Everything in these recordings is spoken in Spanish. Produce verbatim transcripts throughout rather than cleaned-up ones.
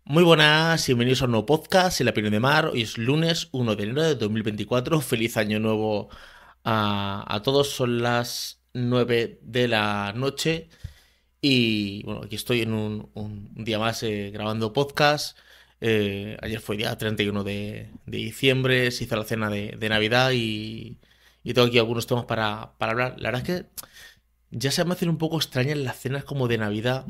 Muy buenas, bienvenidos a un nuevo podcast en la opinión de Mar. Hoy es lunes uno de enero de dos mil veinticuatro. Feliz año nuevo a, a todos. Son las nueve de la noche y bueno, aquí estoy en un, un día más eh, grabando podcast. Eh, ayer fue día treinta y uno de, de diciembre, se hizo la cena de, de Navidad y, y tengo aquí algunos temas para, para hablar. La verdad es que ya se me hacen un poco extrañas las cenas como de Navidad,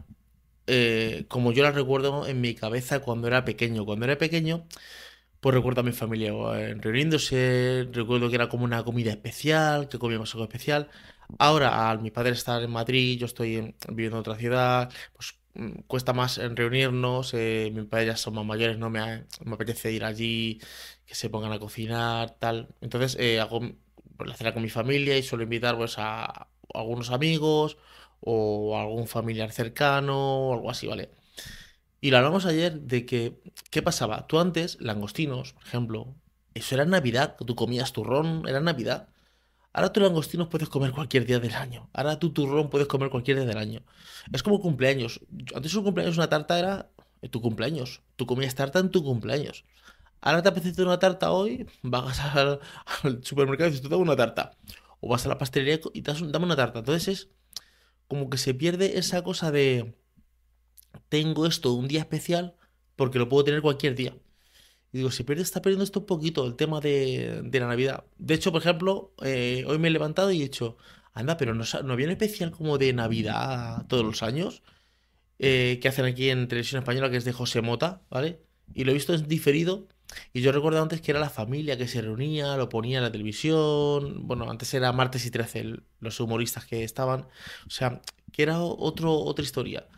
eh, como yo las recuerdo en mi cabeza cuando era pequeño. Cuando era pequeño, pues recuerdo a mi familia eh, reuniéndose, recuerdo que era como una comida especial, que comíamos algo especial. Ahora, al mi padre estar en Madrid, yo estoy en- viviendo en otra ciudad, pues mm, cuesta más en reunirnos. Eh, mi padre ya son más mayores, no me, ha- me apetece ir allí, que se pongan a cocinar, tal. Entonces, eh, hago pues, la cena con mi familia y suelo invitar pues a algunos amigos o a algún familiar cercano o algo así, ¿vale? Y lo hablamos ayer de que, ¿qué pasaba? Tú antes, langostinos, por ejemplo, eso era Navidad, tú comías turrón, era Navidad. Ahora tú langostinos puedes comer cualquier día del año. Ahora tu turrón puedes comer cualquier día del año. Es como cumpleaños. Antes un cumpleaños, una tarta era eh, tu cumpleaños. Tú comías tarta en tu cumpleaños. Ahora te apetece una tarta hoy, vas al, al supermercado y dices, tú dame una tarta. O vas a la pastelería y te das un- dame una tarta. Entonces es como que se pierde esa cosa de tengo esto un día especial porque lo puedo tener cualquier día. Y digo, se pierde, está perdiendo esto un poquito el tema de, de la Navidad. De hecho, por ejemplo, eh, hoy me he levantado y he dicho, anda, pero no, sa- no había un especial como de Navidad todos los años, eh, que hacen aquí en Televisión Española, que es de José Mota, ¿vale? Y lo he visto en diferido. Y yo recuerdo antes que era la familia que se reunía, lo ponía en la televisión. Bueno, antes era Martes y trece, el- los humoristas que estaban. O sea, que era otro, otra historia.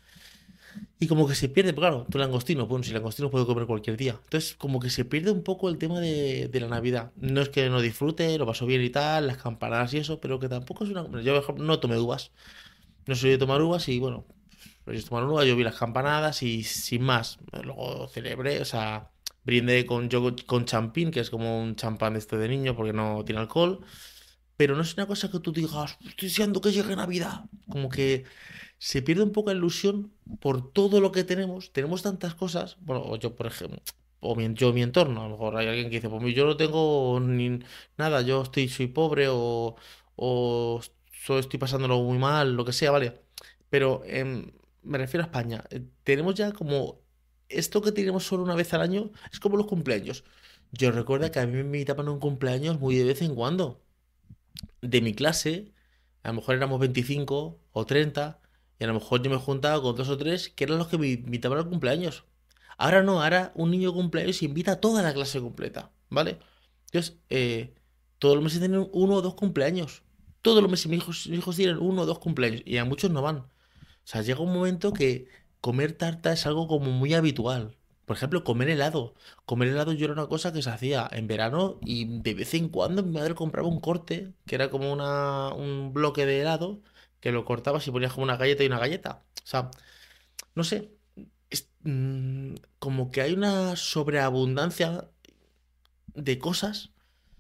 Y como que se pierde, claro, tu langostino, bueno, si langostino puedo comer cualquier día. Entonces, como que se pierde un poco el tema de, de la Navidad. No es que no disfrute, lo paso bien y tal, las campanadas y eso, pero que tampoco es una... Yo, por ejemplo, no tomé uvas. No soy de tomar uvas y, bueno, pues ellos tomaron uvas, yo vi las campanadas y sin más. Luego celebré, o sea, brindé con, yo con champín, que es como un champán de este de niño porque no tiene alcohol. Pero no es una cosa que tú digas, estoy deseando que llegue Navidad. Como que se pierde un poco la ilusión por todo lo que tenemos. Tenemos tantas cosas. Bueno, o yo, por ejemplo, o mi, yo, mi entorno. A lo mejor hay alguien que dice, pues yo no tengo ni nada, yo estoy, soy pobre o, o so- estoy pasándolo muy mal, lo que sea, ¿vale? Pero em, me refiero a España. Eh, Tenemos ya como esto que tenemos solo una vez al año, es como los cumpleaños. Yo recuerdo que a mí me invitaban a un cumpleaños muy de vez en cuando de mi clase, a lo mejor éramos veinticinco o treinta y a lo mejor yo me juntaba con dos o tres que eran los que me invitaban al cumpleaños. Ahora no, ahora un niño cumpleaños invita a toda la clase completa, ¿vale? Entonces, eh, todos los meses tienen uno o dos cumpleaños. Todos los meses mis hijos, mis hijos tienen uno o dos cumpleaños y a muchos no van. O sea, llega un momento que comer tarta es algo como muy habitual. Por ejemplo, comer helado. Comer helado yo era una cosa que se hacía en verano y de vez en cuando mi madre compraba un corte, que era como una, un bloque de helado, que lo cortabas y ponías como una galleta y una galleta. O sea, no sé, es, mm, como que hay una sobreabundancia de cosas.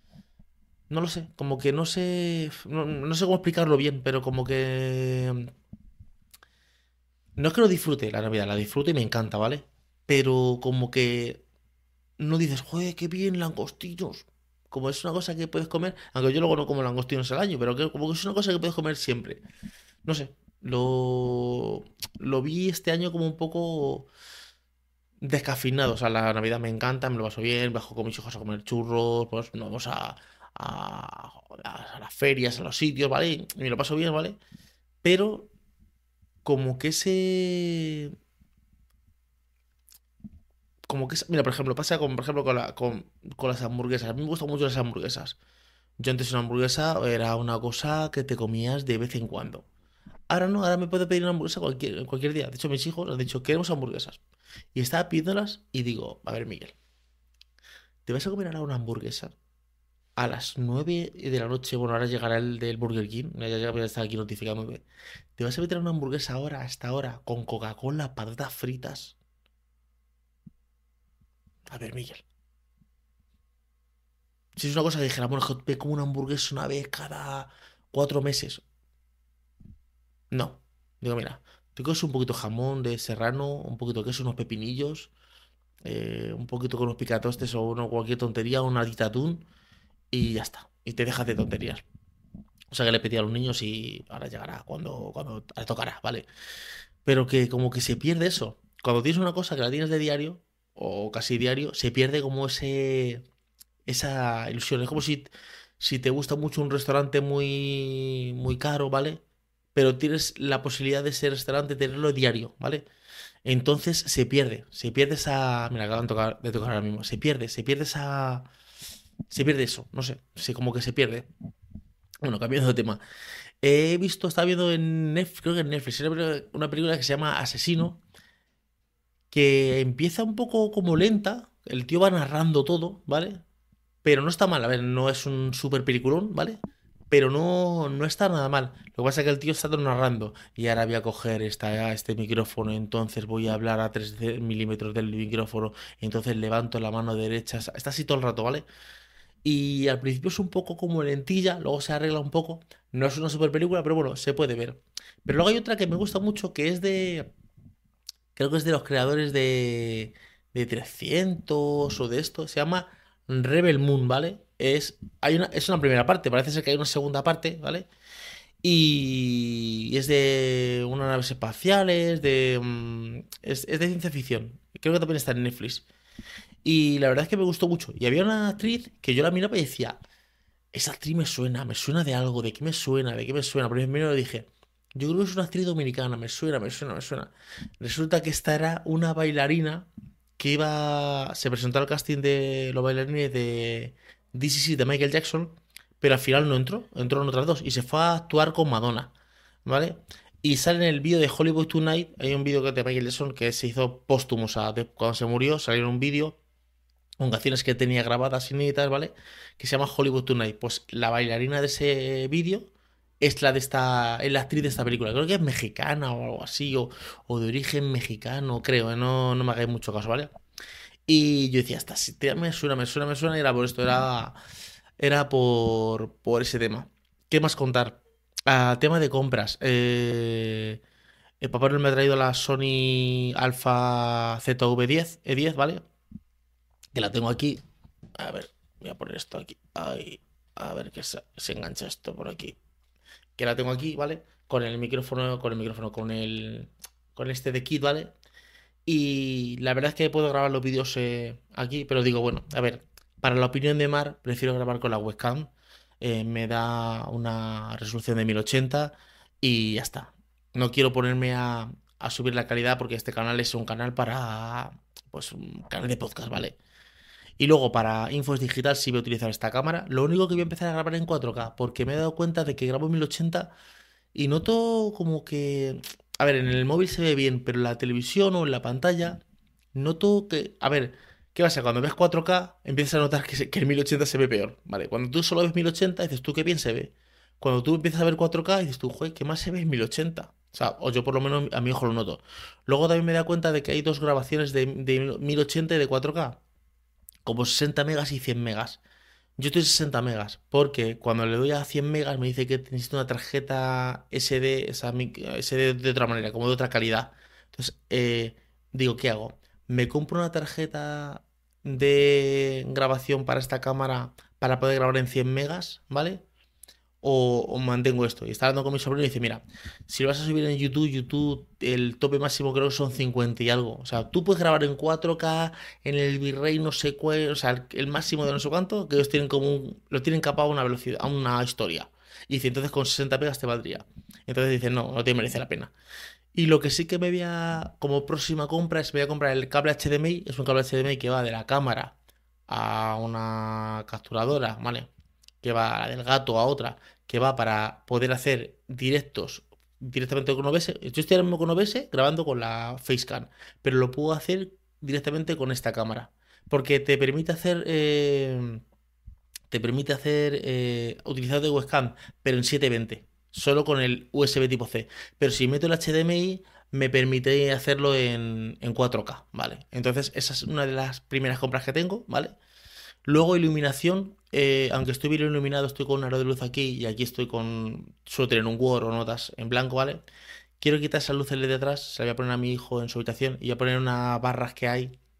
No lo sé, como que no sé, no, no sé cómo explicarlo bien, pero como que no es que no disfrute la Navidad, la disfruto y me encanta, ¿vale? Pero como que no dices, joder, qué bien, langostinos. Como es una cosa que puedes comer, aunque yo luego no como langostinos al año, pero que como que es una cosa que puedes comer siempre. No sé, lo, lo vi este año como un poco descafeinado. O sea, la Navidad me encanta, me lo paso bien, bajo con mis hijos a comer churros, pues nos vamos a, a, a las ferias, a los sitios, ¿vale? Y me lo paso bien, ¿vale? Pero como que ese como que es- mira, por ejemplo, pasa con, por ejemplo, con, la- con, con las hamburguesas. A mí me gustan mucho las hamburguesas. Yo antes una hamburguesa era una cosa que te comías de vez en cuando. Ahora no, ahora me puedo pedir una hamburguesa cualquier, cualquier día. De hecho, mis hijos han dicho, queremos hamburguesas. Y estaba pidiéndolas y digo, a ver, Miguel, ¿te vas a comer ahora una hamburguesa a las nueve de la noche? Bueno, ahora llegará el del Burger King, ya ya voy a estar aquí notificándome. ¿Te vas a meter una hamburguesa ahora, hasta ahora, con Coca-Cola, patatas fritas? A ver, Miguel. Si es una cosa que dijera, bueno, es que me como una hamburguesa una vez cada cuatro meses. No. Digo, mira, te coges un poquito de jamón de serrano, un poquito de queso, unos pepinillos. eh, un poquito con unos picatostes o uno, cualquier tontería, una latita de atún y ya está. Y te dejas de tonterías. O sea que le pedí a los niños y ahora llegará cuando, cuando le tocará, ¿vale? Pero que como que se pierde eso. Cuando tienes una cosa que la tienes de diario, o casi diario, se pierde como ese, esa ilusión. Es como si, si te gusta mucho un restaurante muy, muy caro, ¿vale? Pero tienes la posibilidad de ese restaurante tenerlo diario, ¿vale? Entonces se pierde, se pierde esa... Mira, acaban de tocar, de tocar ahora mismo. Se pierde, se pierde esa... Se pierde eso, no sé, se, como que se pierde. Bueno, cambiando de tema. He visto, estaba viendo en Netflix, creo que en Netflix, era una película que se llama Asesino, que empieza un poco como lenta, el tío va narrando todo, ¿vale? Pero no está mal, a ver, no es un super peliculón, ¿vale? Pero no, no está nada mal. Lo que pasa es que el tío está narrando y ahora voy a coger esta, este micrófono, entonces voy a hablar a tres milímetros del micrófono, entonces levanto la mano derecha, está así todo el rato, ¿vale? Y al principio es un poco como lentilla, luego se arregla un poco. No es una super película, pero bueno, se puede ver. Pero luego hay otra que me gusta mucho que es de. Creo que es de los creadores de. De trescientos o de esto. Se llama Rebel Moon, ¿vale? Es, hay una, es una primera parte, parece ser que hay una segunda parte, ¿vale? Y es de unas naves espaciales, de. mm, Es, es de ciencia ficción. Creo que también está en Netflix. Y la verdad es que me gustó mucho. Y había una actriz que yo la miraba y decía. Esa actriz me suena, me suena de algo, ¿de qué me suena? ¿De qué me suena? Primero dije, yo creo que es una actriz dominicana, me suena, me suena, me suena. Resulta que esta era una bailarina que iba, se presentó al casting de los bailarines de This Is It de Michael Jackson, pero al final no entró, entró en otras dos y se fue a actuar con Madonna, ¿vale? Y sale en el vídeo de Hollywood Tonight, hay un vídeo que de Michael Jackson que se hizo póstumo, o sea, de- cuando se murió, salió un vídeo con canciones que tenía grabadas inéditas, ¿vale? Que se llama Hollywood Tonight. Pues la bailarina de ese vídeo es la de esta, es la actriz de esta película. Creo que es mexicana o algo así, o, o de origen mexicano, creo, ¿eh? No, no me hagáis mucho caso, ¿vale? Y yo decía, esta sí, tía, me suena, me suena, me suena, y era por esto, era, era por, por ese tema. ¿Qué más contar? Ah, tema de compras. Eh, el papá Noel me ha traído la Sony Alpha Z V diez, E diez, ¿vale? Que la tengo aquí. A ver, voy a poner esto aquí. Ahí. A ver que se, se engancha esto por aquí. Que la tengo aquí, ¿vale? Con el micrófono, con el micrófono, con el. Con este de kit, ¿vale? Y la verdad es que puedo grabar los vídeos eh, aquí, pero digo, bueno, a ver, para la opinión de Mar, prefiero grabar con la webcam. Eh, me da una resolución de mil ochenta y ya está. No quiero ponerme a, a subir la calidad porque este canal es un canal para. Pues un canal de podcast, ¿vale? Y luego para Infos Digital sí voy a utilizar esta cámara. Lo único que voy a empezar a grabar en cuatro K, porque me he dado cuenta de que grabo en mil ochenta y noto como que... A ver, en el móvil se ve bien, pero en la televisión o en la pantalla noto que... A ver, ¿qué pasa? Cuando ves cuatro K empiezas a notar que, se- que el mil ochenta se ve peor, ¿vale? Cuando tú solo ves mil ochenta dices tú qué bien se ve. Cuando tú empiezas a ver cuatro K dices tú, joder, ¿qué más se ve en mil ochenta? O sea, o yo por lo menos a mi ojo lo noto. Luego también me da cuenta de que hay dos grabaciones de, de mil ochenta y de cuatro K como sesenta megas y cien megas. Yo estoy sesenta megas, porque cuando le doy a cien megas me dice que necesito una tarjeta S D, esa mic- S D de otra manera, como de otra calidad. Entonces, eh, digo, ¿qué hago? ¿Me compro una tarjeta de grabación para esta cámara para poder grabar en cien megas, ¿vale? o, o mantengo esto. Y está hablando con mi sobrino y dice, mira, si lo vas a subir en YouTube, YouTube, el tope máximo creo que son cincuenta y algo. O sea, tú puedes grabar en cuatro K, en el Blu-ray no sé cuál, o sea, el, el máximo de no sé cuánto, que ellos tienen como un, lo tienen capado a una velocidad, a una historia. Y dice, entonces con sesenta megas te valdría. Entonces dice, no, no te merece la pena. Y lo que sí que me voy a, como próxima compra, es me voy a comprar el cable H D M I. Es un cable H D M I que va de la cámara a una capturadora, ¿vale? Que va del gato a otra, que va para poder hacer directos directamente con O B S. Yo estoy ahora mismo con O B S grabando con la Facecam, pero lo puedo hacer directamente con esta cámara. Porque te permite hacer, eh, te permite hacer eh, utilizar de webcam, pero en setecientos veinte, solo con el U S B tipo C. Pero si meto el H D M I, me permite hacerlo en, en cuatro K, ¿vale? Entonces, esa es una de las primeras compras que tengo, ¿vale? Luego iluminación, eh, aunque estoy bien iluminado, estoy con un aro de luz aquí y aquí estoy con... Suelo tener un Word o notas en blanco, ¿vale? Quiero quitar esas luces de detrás, se las voy a poner a mi hijo en su habitación y voy a poner unas barras que hay,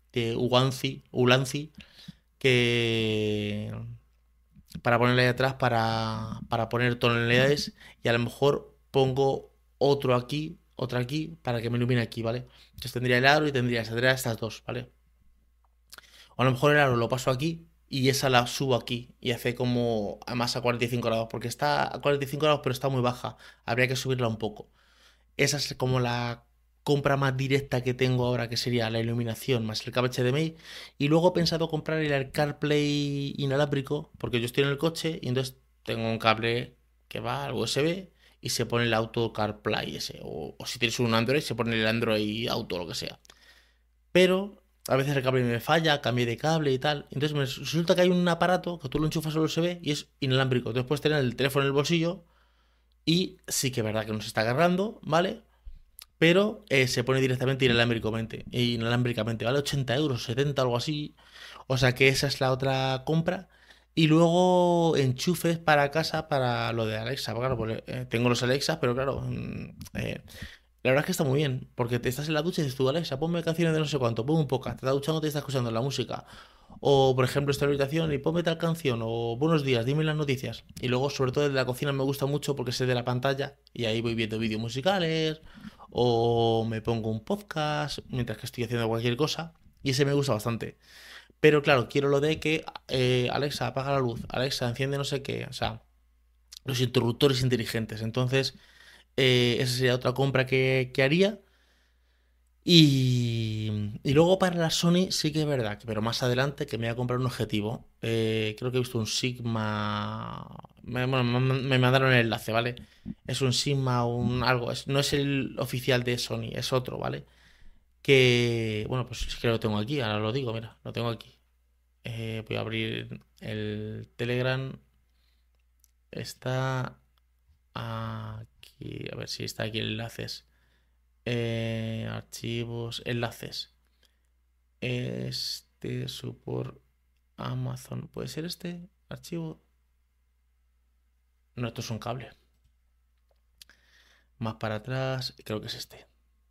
de Ulanzi, Ulanzi, que para ponerle ahí atrás para, para poner tonalidades y a lo mejor pongo otro aquí, otro aquí, para que me ilumine aquí, ¿vale? Entonces tendría el aro y tendría, tendría estas dos, ¿vale? O a lo mejor el aro lo paso aquí y esa la subo aquí y hace como a más a cuarenta y cinco grados, porque está a cuarenta y cinco grados pero está muy baja, habría que subirla un poco. Esa es como la compra más directa que tengo ahora, que sería la iluminación más el cable H D M I. Y luego he pensado comprar el CarPlay inalámbrico, porque yo estoy en el coche y entonces tengo un cable que va al U S B y se pone el auto CarPlay ese. O, o si tienes un Android, se pone el Android Auto o lo que sea. Pero a veces el cable me falla, cambié de cable y tal. Entonces me resulta que hay un aparato que tú lo enchufas al U S B y es inalámbrico. Entonces puedes tener el teléfono en el bolsillo y sí que es verdad que nos está agarrando, ¿vale? Pero eh, se pone directamente inalámbricamente, inalámbricamente, ¿vale? ochenta euros, setenta, algo así. O sea que esa es la otra compra. Y luego enchufes para casa para lo de Alexa. Claro, pues, eh, tengo los Alexa, pero claro, mm, eh, la verdad es que está muy bien, porque te estás en la ducha y dices tú, Alexa, ponme canciones de no sé cuánto, ponme un podcast, te estás duchando, te estás escuchando la música. O, por ejemplo, estoy en la habitación y ponme tal canción, o buenos días, dime las noticias. Y luego, sobre todo, de la cocina me gusta mucho porque es de la pantalla y ahí voy viendo vídeos musicales, o me pongo un podcast mientras que estoy haciendo cualquier cosa. Y ese me gusta bastante. Pero claro, quiero lo de que eh, Alexa, apaga la luz, Alexa, enciende no sé qué, o sea, los interruptores inteligentes. Entonces, eh, esa sería otra compra que, que haría. Y, y luego para la Sony sí que es verdad, que- pero más adelante que me voy a comprar un objetivo. Eh, creo que he visto un Sigma. Me, bueno, me- me mandaron el enlace, ¿vale? Es un Sigma, un algo. Es- no es el oficial de Sony, es otro, ¿vale? Que, bueno, pues es que lo tengo aquí, ahora lo digo, mira, lo tengo aquí. Eh, voy a abrir el Telegram. Está aquí, a ver si está aquí el enlaces. Eh, archivos, enlaces. Este support Amazon. ¿Puede ser este archivo? No, esto es un cable. Más para atrás, creo que es este.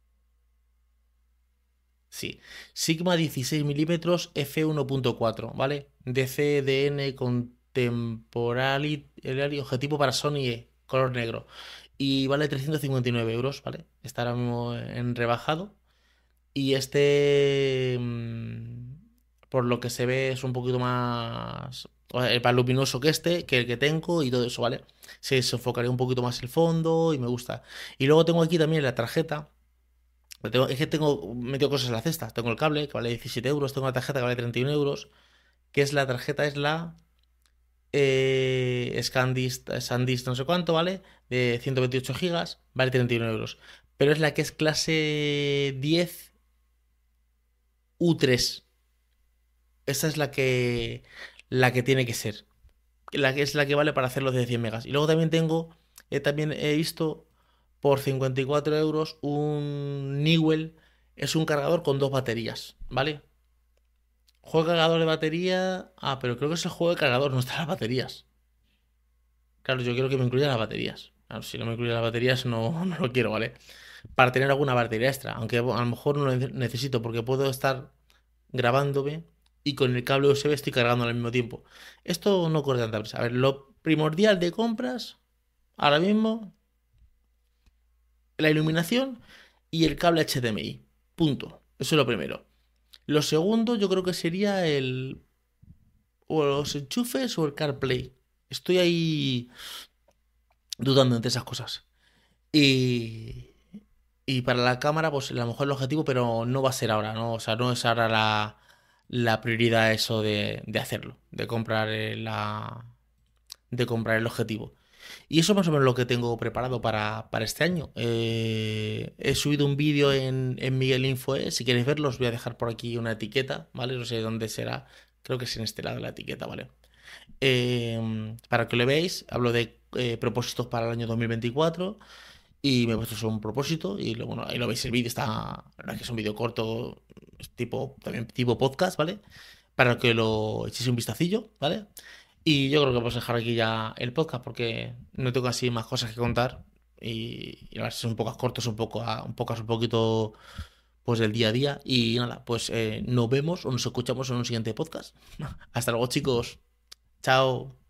Sí. Sigma dieciséis milímetros f uno punto cuatro, ¿vale? D C D N Contemporary objetivo para Sony E, color negro. Y vale trescientos cincuenta y nueve euros, ¿vale? Está ahora mismo en rebajado. Y este, mm, por lo que se ve, es un poquito más, o sea, más luminoso que este, que el que tengo y todo eso, ¿vale? Se, se enfocaría un poquito más el fondo y me gusta. Y luego tengo aquí también la tarjeta. Tengo- es que tengo metido cosas en la cesta. Tengo el cable que vale diecisiete euros, tengo la tarjeta que vale treinta y uno euros, que es la tarjeta, es la eh, SanDisk, SanDisk no sé cuánto, ¿vale? De ciento veintiocho gigas, vale treinta y uno euros. Pero es la que es clase diez u tres. Esa es la que, la que tiene que ser. La que es la que vale para hacer los de cien megas. Y luego también tengo, eh, también he visto por cincuenta y cuatro euros un Newell. Es un cargador con dos baterías, ¿vale? Juego de cargador de batería. Ah, pero creo que es el juego de cargador, no están las baterías. Claro, yo quiero que me incluya las baterías. Claro, si no me incluye las baterías, no, no lo quiero, ¿vale? Para tener alguna batería extra. Aunque a lo mejor no lo necesito porque puedo estar grabándome y con el cable U S B estoy cargando al mismo tiempo. Esto no corre tanta prisa. A ver, lo primordial de compras ahora mismo, la iluminación y el cable H D M I. Punto. Eso es lo primero. Lo segundo yo creo que sería el o los enchufes o el CarPlay. Estoy ahí dudando entre esas cosas. Y y para la cámara, pues a lo mejor el objetivo, pero no va a ser ahora, ¿no? O sea, no es ahora la, la prioridad eso de, de hacerlo, de comprar eh, la, de comprar el objetivo. Y eso más o menos lo que tengo preparado para, para este año. Eh, he subido un vídeo en, en Miguel Info, eh, si queréis verlo, os voy a dejar por aquí una etiqueta, ¿vale? No sé dónde será, creo que es en este lado la etiqueta, ¿vale? Eh, para que lo veáis, hablo de eh, propósitos para el año dos mil veinticuatro y me he puesto eso un propósito y lo, bueno, ahí lo veis el vídeo, está, la verdad es que es un vídeo corto, es tipo, también tipo podcast, ¿vale? Para que lo echéis un vistacillo, ¿vale? Y yo creo que vamos a dejar aquí ya el podcast porque no tengo así más cosas que contar y, y a ver si son un poco cortos, un poco, a- un poco, un poquito, pues del día a día. Y nada, pues eh, nos vemos o nos escuchamos en un siguiente podcast. Hasta luego, chicos. Chao.